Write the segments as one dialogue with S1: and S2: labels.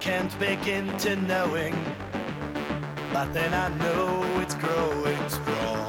S1: can't begin to knowing, but then I know it's growing strong.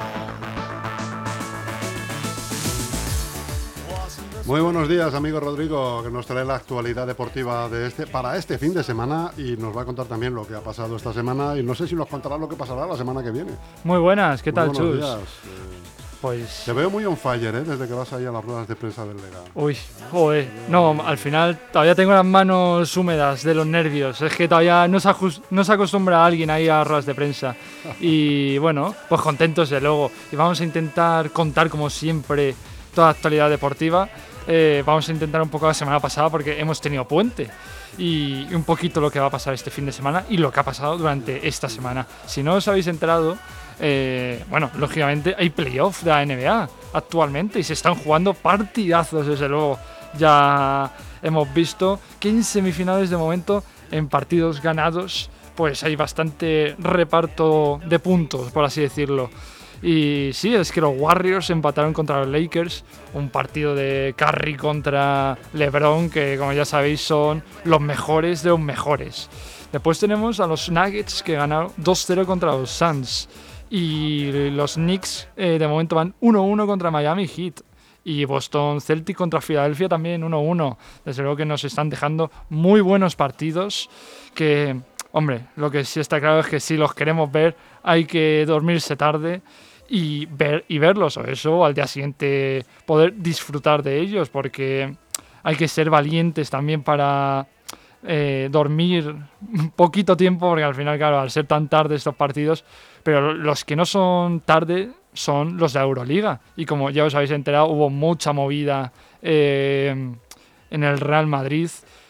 S2: Muy buenos días, amigo Rodrigo, que nos trae la actualidad deportiva para este fin de semana y nos va a contar también lo que ha pasado esta semana y no sé si nos contará lo que pasará la semana que viene.
S3: Muy buenas, ¿qué tal,
S2: Chus?
S3: Chus?
S2: Días.
S3: Pues...
S2: Te veo muy on fire, desde que vas ahí a las ruedas de prensa del Lega.
S3: Uy, joder, no, al final todavía tengo las manos húmedas de los nervios. Es que todavía no se acostumbra a alguien ahí a las ruedas de prensa. Y bueno, pues contentos de luego. Y vamos a intentar contar, como siempre, toda la actualidad deportiva. Vamos a intentar un poco la semana pasada porque hemos tenido puente. Y un poquito lo que va a pasar este fin de semana y lo que ha pasado durante esta semana. Si no os habéis enterado... bueno, lógicamente hay playoff de la NBA actualmente y se están jugando partidazos, desde luego. Ya hemos visto que en semifinales de momento, en partidos ganados, pues hay bastante reparto de puntos, por así decirlo. Y sí, es que los Warriors empataron contra los Lakers, un partido de Curry contra LeBron, que como ya sabéis son los mejores de los mejores. Después tenemos a los Nuggets, que ganaron 2-0 contra los Suns. Y los Knicks de momento van 1-1 contra Miami Heat. Y Boston Celtics contra Filadelfia también 1-1. Desde luego que nos están dejando muy buenos partidos. Que, hombre, lo que sí está claro es que si los queremos ver hay que dormirse tarde y verlos. O eso, al día siguiente poder disfrutar de ellos. Porque hay que ser valientes también para... dormir poquito tiempo, porque al final, claro, al ser tan tarde estos partidos, pero los que no son tarde son los de Euroliga, y como ya os habéis enterado, hubo mucha movida en el Real Madrid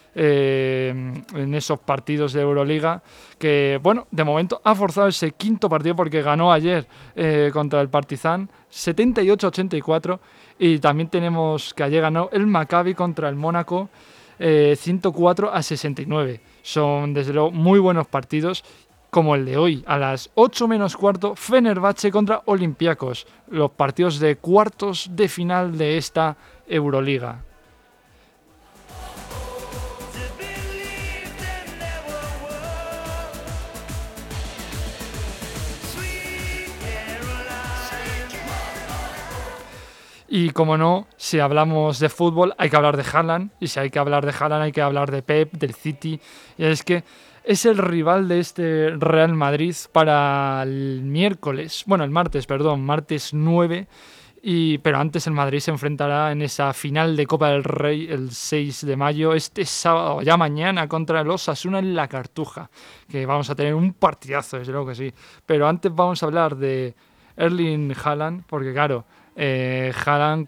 S3: en esos partidos de Euroliga, que bueno, de momento ha forzado ese quinto partido porque ganó ayer contra el Partizan 78-84, y también tenemos que ayer ganó el Maccabi contra el Mónaco 104-69. Son desde luego muy buenos partidos, como el de hoy a las 8 menos cuarto, Fenerbahce contra Olympiacos, los partidos de cuartos de final de esta Euroliga. Y como no, si hablamos de fútbol hay que hablar de Haaland, y si hay que hablar de Haaland hay que hablar de Pep, del City, y es que es el rival de este Real Madrid para el martes 9, pero antes el Madrid se enfrentará en esa final de Copa del Rey el 6 de mayo, este sábado, ya mañana, contra el Osasuna en la Cartuja, que vamos a tener un partidazo, desde luego que sí. Pero antes vamos a hablar de Erling Haaland, porque claro, Haaland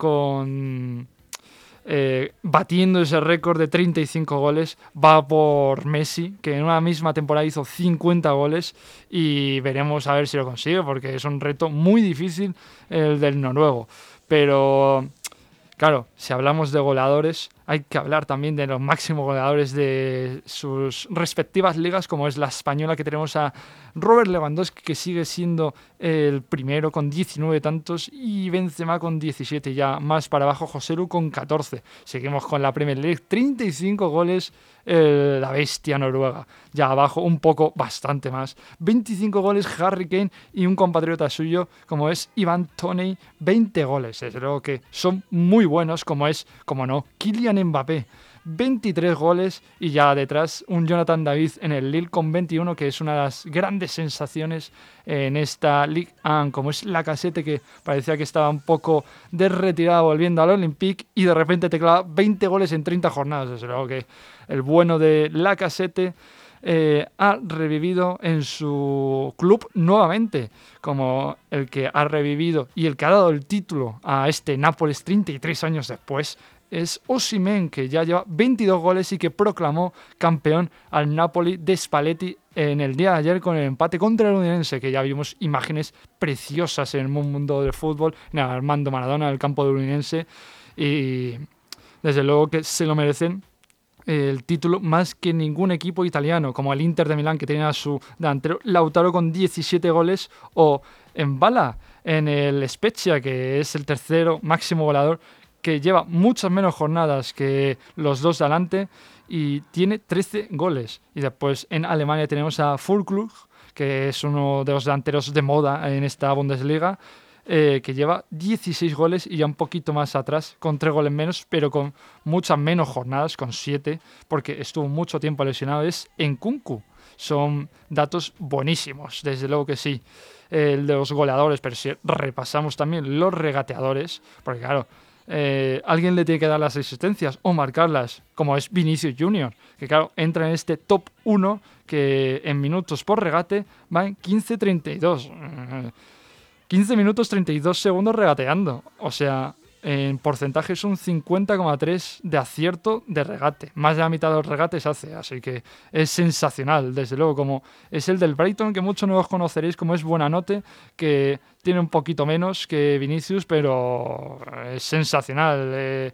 S3: batiendo ese récord de 35 goles, va por Messi, que en una misma temporada hizo 50 goles, y veremos a ver si lo consigue, porque es un reto muy difícil el del noruego. Pero claro, si hablamos de goleadores, hay que hablar también de los máximos goleadores de sus respectivas ligas, como es la española, que tenemos a Robert Lewandowski, que sigue siendo el primero con 19 tantos, y Benzema con 17, ya más para abajo Joselu con 14. Seguimos con la Premier League, 35 goles la bestia noruega, ya abajo un poco, bastante más, 25 goles Harry Kane, y un compatriota suyo como es Ivan Toney, 20 goles, desde luego que son muy buenos, como es, como no, Kylian Mbappé, 23 goles, y ya detrás un Jonathan David en el Lille con 21, que es una de las grandes sensaciones en esta Ligue 1, como es Lacazette, que parecía que estaba un poco de retirada volviendo al Olympique, y de repente te clava 20 goles en 30 jornadas, desde luego que el bueno de Lacazette ha revivido en su club nuevamente, como el que ha revivido y el que ha dado el título a este Nápoles 33 años después. Es Osimhen, que ya lleva 22 goles y que proclamó campeón al Napoli de Spalletti en el día de ayer con el empate contra el Udinese, que ya vimos imágenes preciosas en el mundo del fútbol, en el Armando Maradona, en el campo del Udinese, y desde luego que se lo merecen el título más que ningún equipo italiano, como el Inter de Milán, que tiene a su delantero Lautaro con 17 goles, o Mbala en el Spezia, que es el tercero máximo goleador, que lleva muchas menos jornadas que los dos de adelante y tiene 13 goles. Y después en Alemania tenemos a Füllkrug, que es uno de los delanteros de moda en esta Bundesliga, que lleva 16 goles y ya un poquito más atrás, con 3 goles menos, pero con muchas menos jornadas, con 7, porque estuvo mucho tiempo lesionado, es Nkunku. Son datos buenísimos, desde luego que sí. El de los goleadores, pero si repasamos también los regateadores, porque claro, alguien le tiene que dar las asistencias o marcarlas, como es Vinicius Junior, que claro, entra en este top 1 que en minutos por regate va en 15-32. 15 minutos 32 segundos regateando. O sea, en porcentaje es un 50,3 de acierto de regate. Más de la mitad de los regates hace, así que es sensacional, desde luego, como es el del Brighton, que muchos no os conoceréis, como es Buonanotte, que tiene un poquito menos que Vinicius, pero es sensacional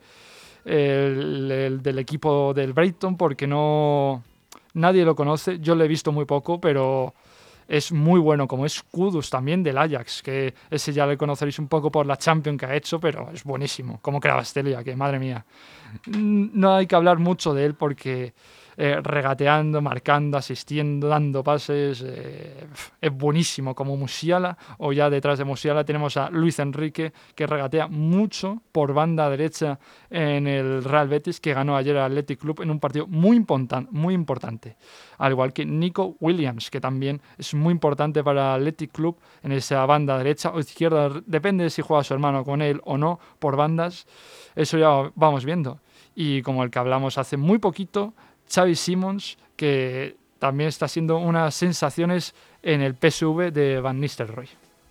S3: el del equipo del Brighton, porque nadie lo conoce, yo lo he visto muy poco, pero es muy bueno, como es Kudus también del Ajax, que ese ya le conoceréis un poco por la Champions que ha hecho, pero es buenísimo, como Kvaratskhelia, que madre mía. No hay que hablar mucho de él porque regateando, marcando, asistiendo, dando pases, es buenísimo, como Musiala, o ya detrás de Musiala tenemos a Luis Enrique, que regatea mucho por banda derecha en el Real Betis, que ganó ayer al Athletic Club en un partido muy importante, al igual que Nico Williams, que también es muy importante para el Athletic Club en esa banda derecha o izquierda, depende de si juega su hermano con él o no, por bandas, eso ya vamos viendo. Y como el que hablamos hace muy poquito, Xavi Simons, que también está siendo unas sensaciones en el PSV de Van Nistelrooy.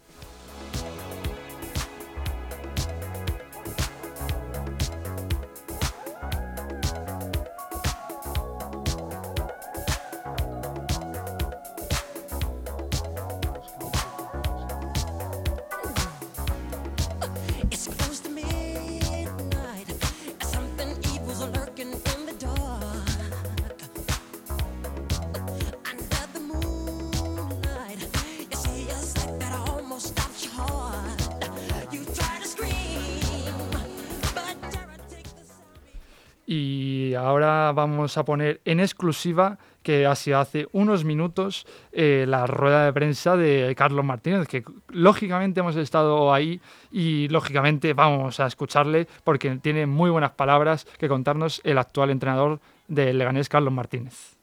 S3: Y ahora vamos a poner en exclusiva, que ha sido hace unos minutos, la rueda de prensa de Carlos Martínez, que lógicamente hemos estado ahí y lógicamente vamos a escucharle porque tiene muy buenas palabras que contarnos el actual entrenador del Leganés, Carlos Martínez.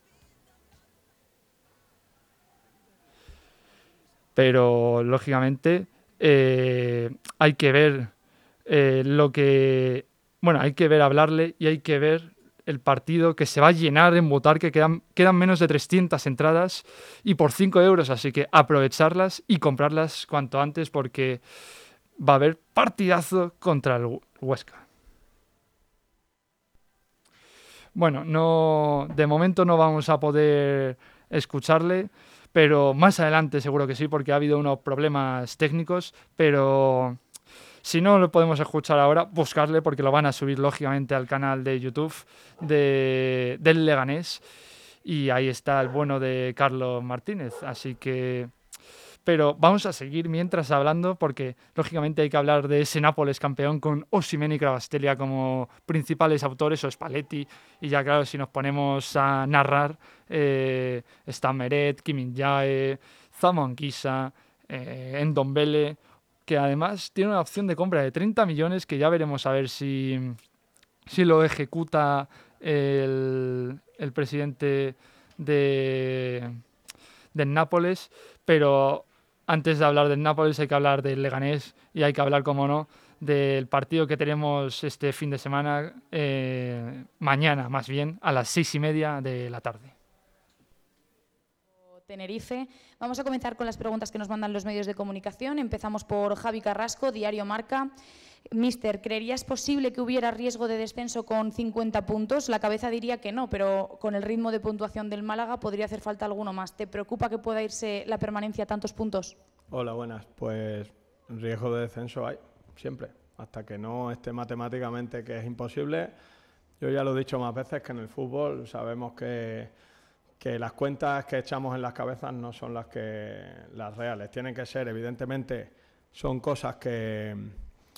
S3: Pero lógicamente hay que ver hay que ver hablarle y hay que ver el partido que se va a llenar en Botar, que quedan menos de 300 entradas y por 5 euros, así que aprovecharlas y comprarlas cuanto antes porque va a haber partidazo contra el Huesca. Bueno, de momento no vamos a poder escucharle, pero más adelante seguro que sí, porque ha habido unos problemas técnicos, pero si no lo podemos escuchar ahora, buscarle porque lo van a subir lógicamente al canal de YouTube del Leganés y ahí está el bueno de Carlos Martínez, así que... Pero vamos a seguir mientras hablando porque lógicamente hay que hablar de ese Nápoles campeón con Osimhen y Kvaratskhelia como principales autores, o Spalletti, y ya claro, si nos ponemos a narrar, está Meret, Kim In-jae, Zamon Anguissa, Ndombele, que además tiene una opción de compra de 30 millones que ya veremos a ver si lo ejecuta el presidente del Nápoles, pero antes de hablar del Nápoles hay que hablar del Leganés y hay que hablar, como no, del partido que tenemos este fin de semana, mañana más bien, a las 6:30 de la tarde.
S4: Tenerife. Vamos a comenzar con las preguntas que nos mandan los medios de comunicación. Empezamos por Javi Carrasco, Diario Marca. Mister, ¿creerías posible que hubiera riesgo de descenso con 50 puntos? La cabeza diría que no, pero con el ritmo de puntuación del Málaga podría hacer falta alguno más. ¿Te preocupa que pueda irse la permanencia a tantos puntos?
S5: Hola, buenas. Pues riesgo de descenso hay, siempre. Hasta que no esté matemáticamente que es imposible. Yo ya lo he dicho más veces que en el fútbol sabemos que las cuentas que echamos en las cabezas no son las reales. Tienen que ser, evidentemente, son cosas que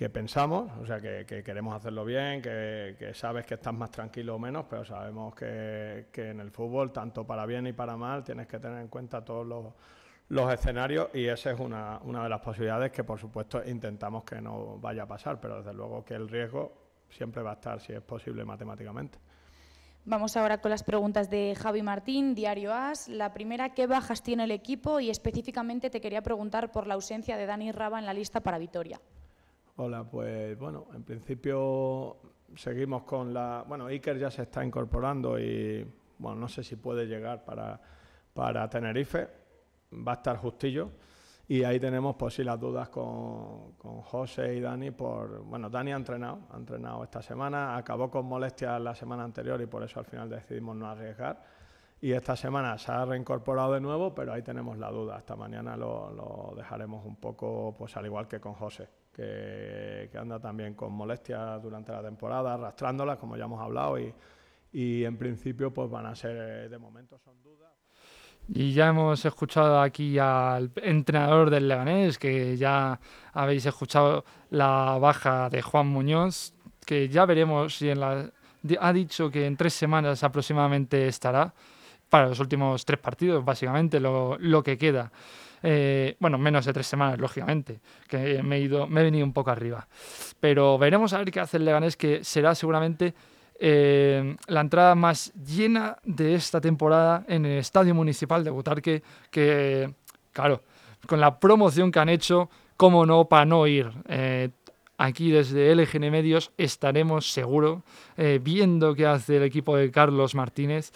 S5: pensamos, o sea, que queremos hacerlo bien, que sabes que estás más tranquilo o menos, pero sabemos que en el fútbol, tanto para bien y para mal, tienes que tener en cuenta todos los escenarios, y esa es una de las posibilidades que, por supuesto, intentamos que no vaya a pasar, pero desde luego que el riesgo siempre va a estar, si es posible, matemáticamente.
S4: Vamos ahora con las preguntas de Javi Martín, Diario AS. La primera, ¿qué bajas tiene el equipo? Y específicamente te quería preguntar por la ausencia de Dani Raba en la lista para Vitoria.
S5: Hola, pues bueno, en principio seguimos con bueno, Iker ya se está incorporando y bueno, no sé si puede llegar para Tenerife, va a estar justillo, y ahí tenemos pues sí las dudas con José y Dani bueno, Dani ha entrenado esta semana, acabó con molestias la semana anterior y por eso al final decidimos no arriesgar, y esta semana se ha reincorporado de nuevo, pero ahí tenemos la duda. Hasta mañana lo dejaremos un poco, pues al igual que con José, que anda también con molestias durante la temporada, arrastrándolas, como ya hemos hablado, y en principio pues van a ser, de momento son dudas.
S3: Y ya hemos escuchado aquí al entrenador del Leganés, que ya habéis escuchado la baja de Juan Muñoz, que ya veremos si ha dicho que en 3 semanas aproximadamente estará, para los últimos 3 partidos, básicamente, lo que queda. Bueno, menos de 3 semanas, lógicamente, que me he venido un poco arriba. Pero veremos a ver qué hace el Leganés, que será seguramente la entrada más llena de esta temporada en el Estadio Municipal de Butarque, que claro, con la promoción que han hecho, cómo no, para no ir. Aquí desde LGN Medios estaremos seguro viendo qué hace el equipo de Carlos Martínez,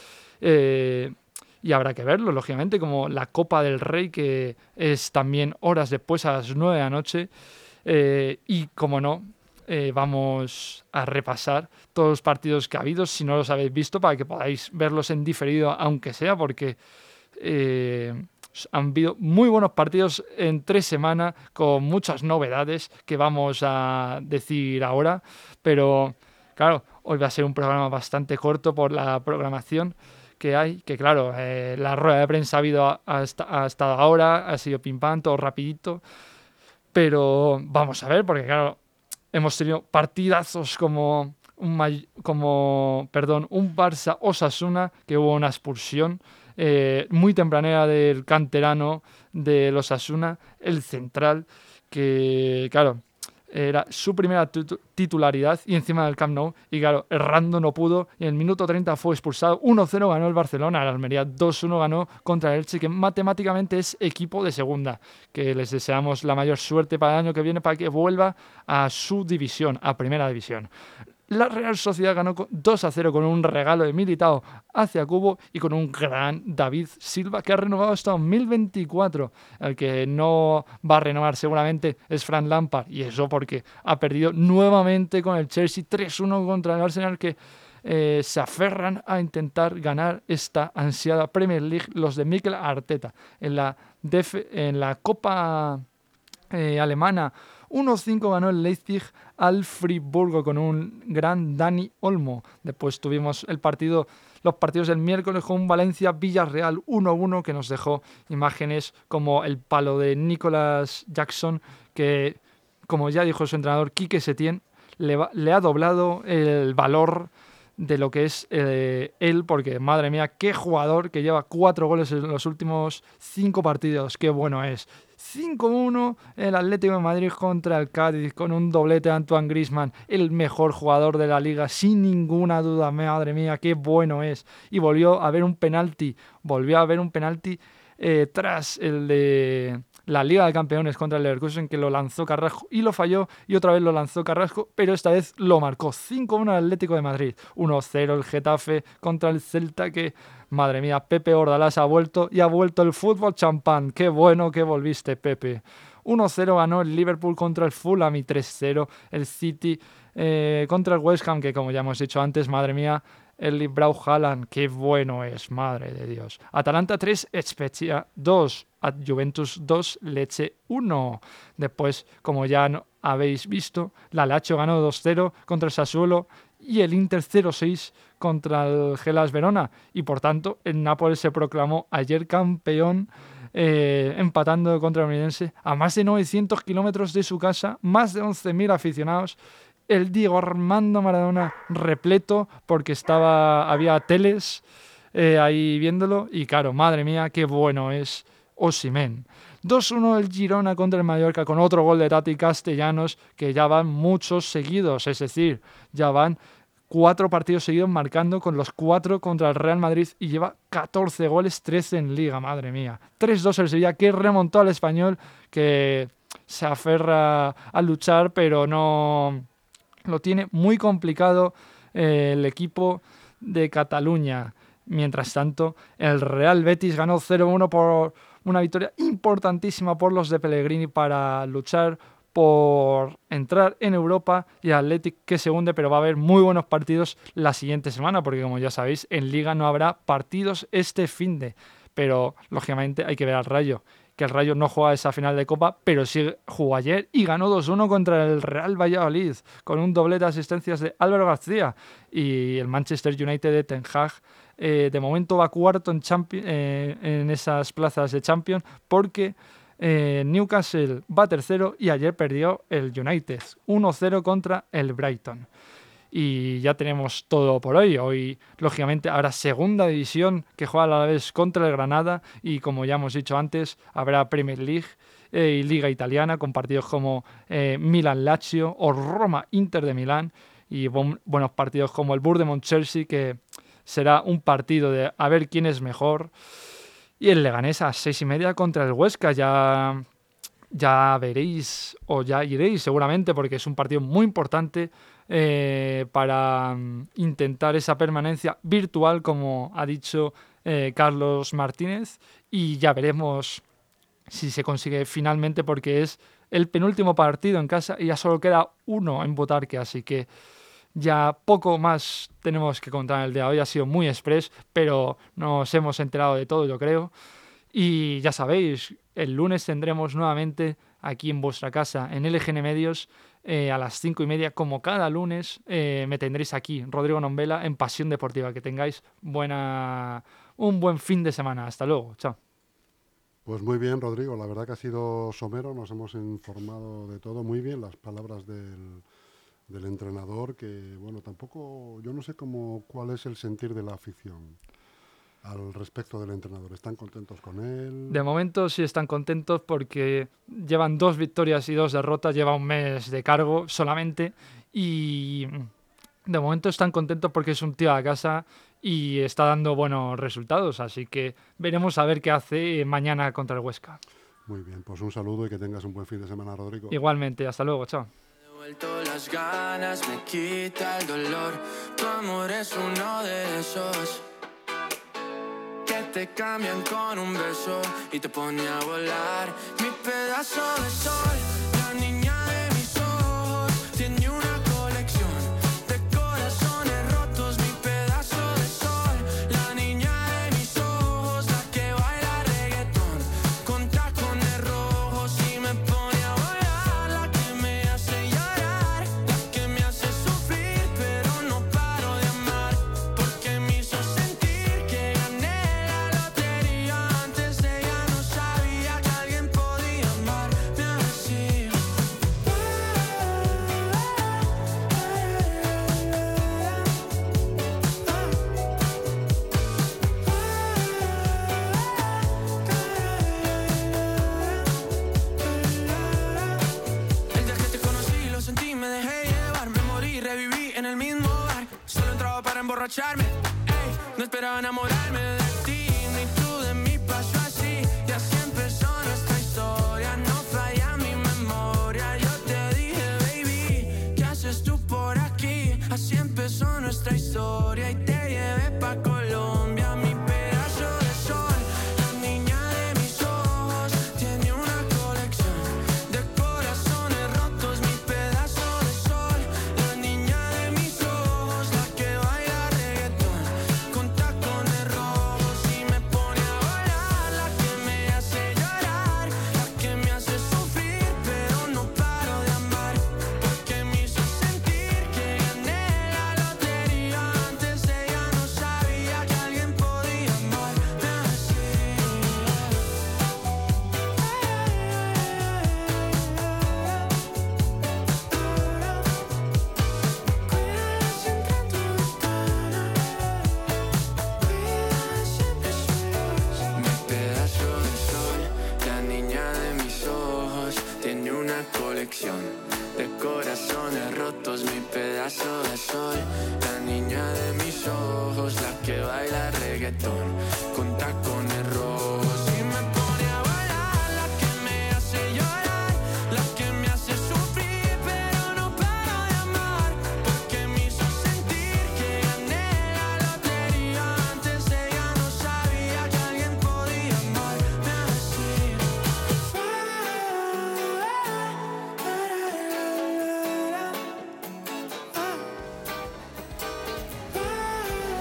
S3: y habrá que verlo, lógicamente, como la Copa del Rey, que es también horas después, a las 9 de la noche, y como no, vamos a repasar todos los partidos que ha habido, si no los habéis visto, para que podáis verlos en diferido, aunque sea, porque han habido muy buenos partidos en 3 semanas, con muchas novedades que vamos a decir ahora, pero claro, hoy va a ser un programa bastante corto por la programación que hay, que claro, la rueda de prensa ha habido hasta ahora, ha sido pim pam, todo rapidito, pero vamos a ver, porque claro, hemos tenido partidazos como un Barça Osasuna, que hubo una expulsión muy tempranera del canterano de los Osasuna, el central, que claro, era su primera titularidad y encima del Camp Nou, y claro, errando no pudo, y en el minuto 30 fue expulsado. 1-0 ganó el Barcelona, el Almería 2-1 ganó contra el Elche, que matemáticamente es equipo de segunda, que les deseamos la mayor suerte para el año que viene, para que vuelva a su división, a primera división. La Real Sociedad ganó 2-0 con un regalo de Militao hacia Cubo y con un gran David Silva, que ha renovado hasta 2024. El que no va a renovar seguramente es Frank Lampard, y eso porque ha perdido nuevamente con el Chelsea 3-1 contra el Arsenal, que se aferran a intentar ganar esta ansiada Premier League los de Mikel Arteta. En la Copa alemana 1-5 ganó el Leipzig al Friburgo con un gran Dani Olmo. Después tuvimos los partidos del miércoles con un Valencia-Villarreal 1-1, que nos dejó imágenes como el palo de Nicolas Jackson, que, como ya dijo su entrenador Quique Setién, le ha doblado el valor de lo que es él, porque madre mía, qué jugador, que lleva 4 goles en los últimos 5 partidos, qué bueno es. 5-1 el Atlético de Madrid contra el Cádiz, con un doblete de Antoine Griezmann, el mejor jugador de la liga, sin ninguna duda. Madre mía, qué bueno es. Y volvió a haber un penalti tras el de la Liga de Campeones contra el Leverkusen, que lo lanzó Carrasco y lo falló, y otra vez lo lanzó Carrasco, pero esta vez lo marcó. 5-1 al Atlético de Madrid. 1-0 el Getafe contra el Celta, que madre mía, Pepe Ordalás ha vuelto, y ha vuelto el fútbol champán. Qué bueno que volviste, Pepe. 1-0 ganó el Liverpool contra el Fulham, y 3-0 el City contra el West Ham, que como ya hemos dicho antes, madre mía, Erling Braut Haaland, qué bueno es, madre de Dios. Atalanta 3, Spezia 2, Juventus 2, Lecce 1. Después, como ya habéis visto, la Lazio ganó 2-0 contra el Sassuolo y el Inter 0-6 contra el Hellas Verona, y por tanto el Nápoles se proclamó ayer campeón empatando contra el Unidense a más de 900 kilómetros de su casa, más de 11.000 aficionados. El Diego Armando Maradona repleto porque había teles ahí viéndolo y claro, madre mía, qué bueno es Osimhen. 2-1 el Girona contra el Mallorca con otro gol de Tati Castellanos, que ya van muchos seguidos, es decir, ya van 4 partidos seguidos marcando, con los 4 contra el Real Madrid, y lleva 14 goles, 13 en Liga, madre mía. 3-2 el Sevilla, que remontó al Español, que se aferra a luchar, pero no lo tiene muy complicado el equipo de Cataluña. Mientras tanto, el Real Betis ganó 0-1 por una victoria importantísima por los de Pellegrini para luchar por entrar en Europa, y Athletic que se hunde, pero va a haber muy buenos partidos la siguiente semana, porque como ya sabéis, en Liga no habrá partidos este finde, pero lógicamente hay que ver al Rayo, que el Rayo no juega esa final de Copa, pero sí jugó ayer y ganó 2-1 contra el Real Valladolid, con un doblete de asistencias de Álvaro García, y el Manchester United de Ten Hag de momento va cuarto en esas plazas de Champions, porque Newcastle va tercero y ayer perdió el United 1-0 contra el Brighton. Y ya tenemos todo por hoy. Hoy, lógicamente, habrá segunda división que juega a la vez contra el Granada, y como ya hemos dicho antes, habrá Premier League y Liga Italiana con partidos como Milan-Lazio o Roma-Inter de Milán, y buenos partidos como el Bournemouth-Chelsea, que será un partido de a ver quién es mejor. Y el Leganés a 6:30 contra el Huesca. Ya veréis, o ya iréis seguramente, porque es un partido muy importante para intentar esa permanencia virtual, como ha dicho Carlos Martínez. Y ya veremos si se consigue finalmente, porque es el penúltimo partido en casa y ya solo queda uno en Botarque, así que ya poco más tenemos que contar en el día de hoy. Ha sido muy express, pero nos hemos enterado de todo, yo creo. Y ya sabéis, el lunes tendremos nuevamente aquí en vuestra casa, en LGN Medios, a las 5:30, como cada lunes. Me tendréis aquí, Rodrigo Nombela, en Pasión Deportiva. Que tengáis un buen fin de semana. Hasta luego. Chao.
S2: Pues muy bien, Rodrigo. La verdad que ha sido somero. Nos hemos informado de todo. Muy bien las palabras del entrenador, que bueno, tampoco, yo no sé cuál es el sentir de la afición al respecto del entrenador. ¿Están contentos con él?
S3: De momento sí están contentos, porque llevan 2 victorias y 2 derrotas, lleva un mes de cargo solamente, y de momento están contentos porque es un tío a casa y está dando buenos resultados, así que veremos a ver qué hace mañana contra el Huesca.
S2: Muy bien, pues un saludo y que tengas un buen fin de semana, Rodrigo.
S3: Igualmente, hasta luego, chao.
S1: Las ganas me quita el dolor. Tu amor es uno de esos que te cambian con un beso y te pone a volar. Mi pedazo de sol, la niña de mis ojos, tiene una colección de corazones rotos. Mi pedazo de sol, la niña de mis ojos, la que baila reggaetón con tacones rojos y me pone a volar. La que me hace llorar, la que me hace sufrir, pero no paro de amar, porque me hizo sentir que gané la lotería. Antes de ella no sabía que alguien podía amarme así. El día que te conocí lo sentí, me dejé llevar, me morí, reviví en el mismo bar. Solo entraba para emborracharme, ey, no esperaba enamorarme de ti, ni tú de mí. Pasó así y así empezó nuestra historia. No falla mi memoria. Yo te dije, baby, ¿qué haces tú por aquí? Así empezó nuestra historia y te llevé pa' Colombia. Mi pedazo de sol, la niña de mis ojos, tiene una colección de corazones rotos. Mi pedazo de sol, la niña de mis ojos, la que baila reggaetón con tacones rojos. rayo de sol, la niña de mis ojos, la que baila reggaetón, con tacones